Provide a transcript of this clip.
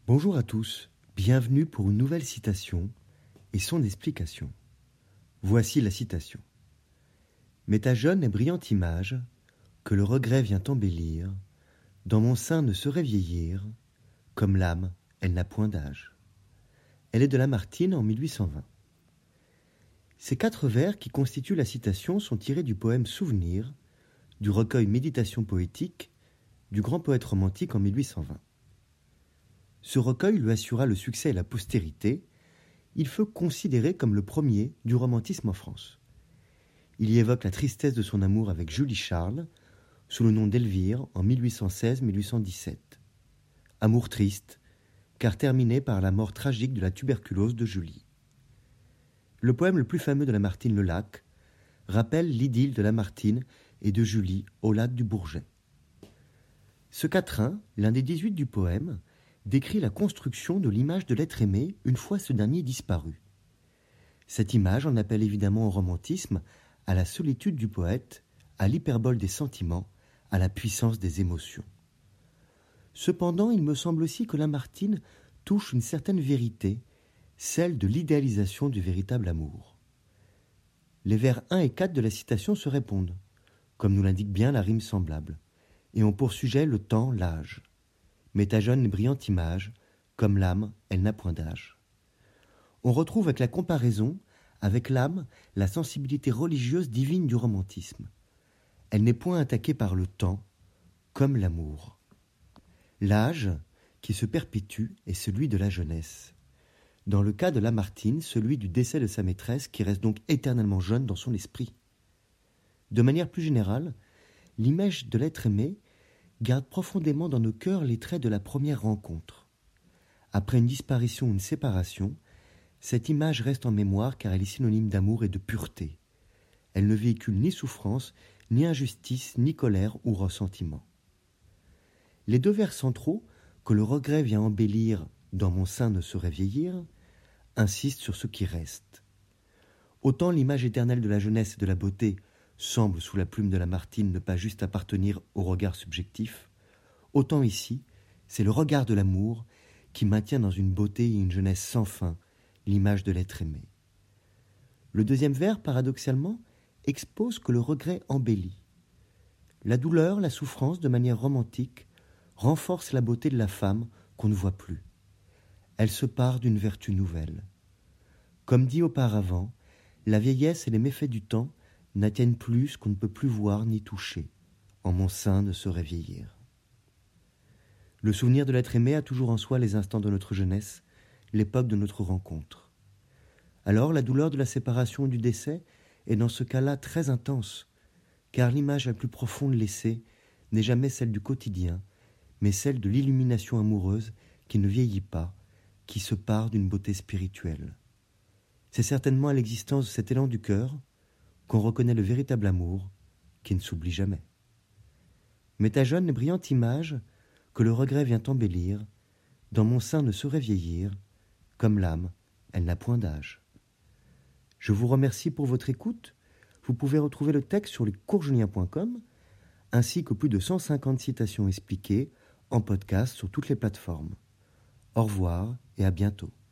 Bonjour à tous, bienvenue pour une nouvelle citation et son explication. Voici la citation. Mais ta jeune et brillante image, que le regret vient embellir, dans mon sein ne saurait vieillir, comme l'âme, elle n'a point d'âge. Elle est de Lamartine en 1820. Ces 4 vers qui constituent la citation sont tirés du poème Souvenir, du recueil Méditations poétiques, du grand poète romantique en 1820. Ce recueil lui assura le succès et la postérité. Il fut considéré comme le premier du romantisme en France. Il y évoque la tristesse de son amour avec Julie Charles, sous le nom d'Elvire, en 1816-1817. Amour triste, car terminé par la mort tragique de la tuberculose de Julie. Le poème le plus fameux de Lamartine, Le Lac, rappelle l'idylle de Lamartine et de Julie au lac du Bourget. Ce quatrain, l'un des 18 du poème, décrit la construction de l'image de l'être aimé une fois ce dernier disparu. Cette image en appelle évidemment au romantisme, à la solitude du poète, à l'hyperbole des sentiments, à la puissance des émotions. Cependant, il me semble aussi que Lamartine touche une certaine vérité, celle de l'idéalisation du véritable amour. Les vers 1 et 4 de la citation se répondent, comme nous l'indique bien la rime semblable, et ont pour sujet le temps, l'âge. Mais ta jeune et brillante image, comme l'âme, elle n'a point d'âge. On retrouve avec la comparaison, avec l'âme, la sensibilité religieuse divine du romantisme. Elle n'est point attaquée par le temps, comme l'amour. L'âge, qui se perpétue, est celui de la jeunesse. Dans le cas de Lamartine, celui du décès de sa maîtresse, qui reste donc éternellement jeune dans son esprit. De manière plus générale, l'image de l'être aimé garde profondément dans nos cœurs les traits de la première rencontre. Après une disparition ou une séparation, cette image reste en mémoire car elle est synonyme d'amour et de pureté. Elle ne véhicule ni souffrance, ni injustice, ni colère ou ressentiment. Les 2 vers centraux, que le regret vient embellir « dans mon sein ne saurait vieillir », insistent sur ce qui reste. Autant l'image éternelle de la jeunesse et de la beauté semble, sous la plume de Lamartine, ne pas juste appartenir au regard subjectif, autant ici, c'est le regard de l'amour qui maintient dans une beauté et une jeunesse sans fin l'image de l'être aimé. Le 2e vers, paradoxalement, expose que le regret embellit. La douleur, la souffrance, de manière romantique, renforce la beauté de la femme qu'on ne voit plus. Elle se pare d'une vertu nouvelle. Comme dit auparavant, la vieillesse et les méfaits du temps n'atteignent plus ce qu'on ne peut plus voir ni toucher. En mon sein ne saurait vieillir. Le souvenir de l'être aimé a toujours en soi les instants de notre jeunesse, l'époque de notre rencontre. Alors la douleur de la séparation ou du décès est dans ce cas-là très intense, car l'image la plus profonde laissée n'est jamais celle du quotidien, mais celle de l'illumination amoureuse qui ne vieillit pas, qui se pare d'une beauté spirituelle. C'est certainement à l'existence de cet élan du cœur qu'on reconnaît le véritable amour qui ne s'oublie jamais. Mais ta jeune et brillante image, que le regret vient embellir, dans mon sein ne saurait vieillir, comme l'âme, elle n'a point d'âge. Je vous remercie pour votre écoute. Vous pouvez retrouver le texte sur lescoursjulien.com, ainsi que plus de 150 citations expliquées en podcast sur toutes les plateformes. Au revoir et à bientôt.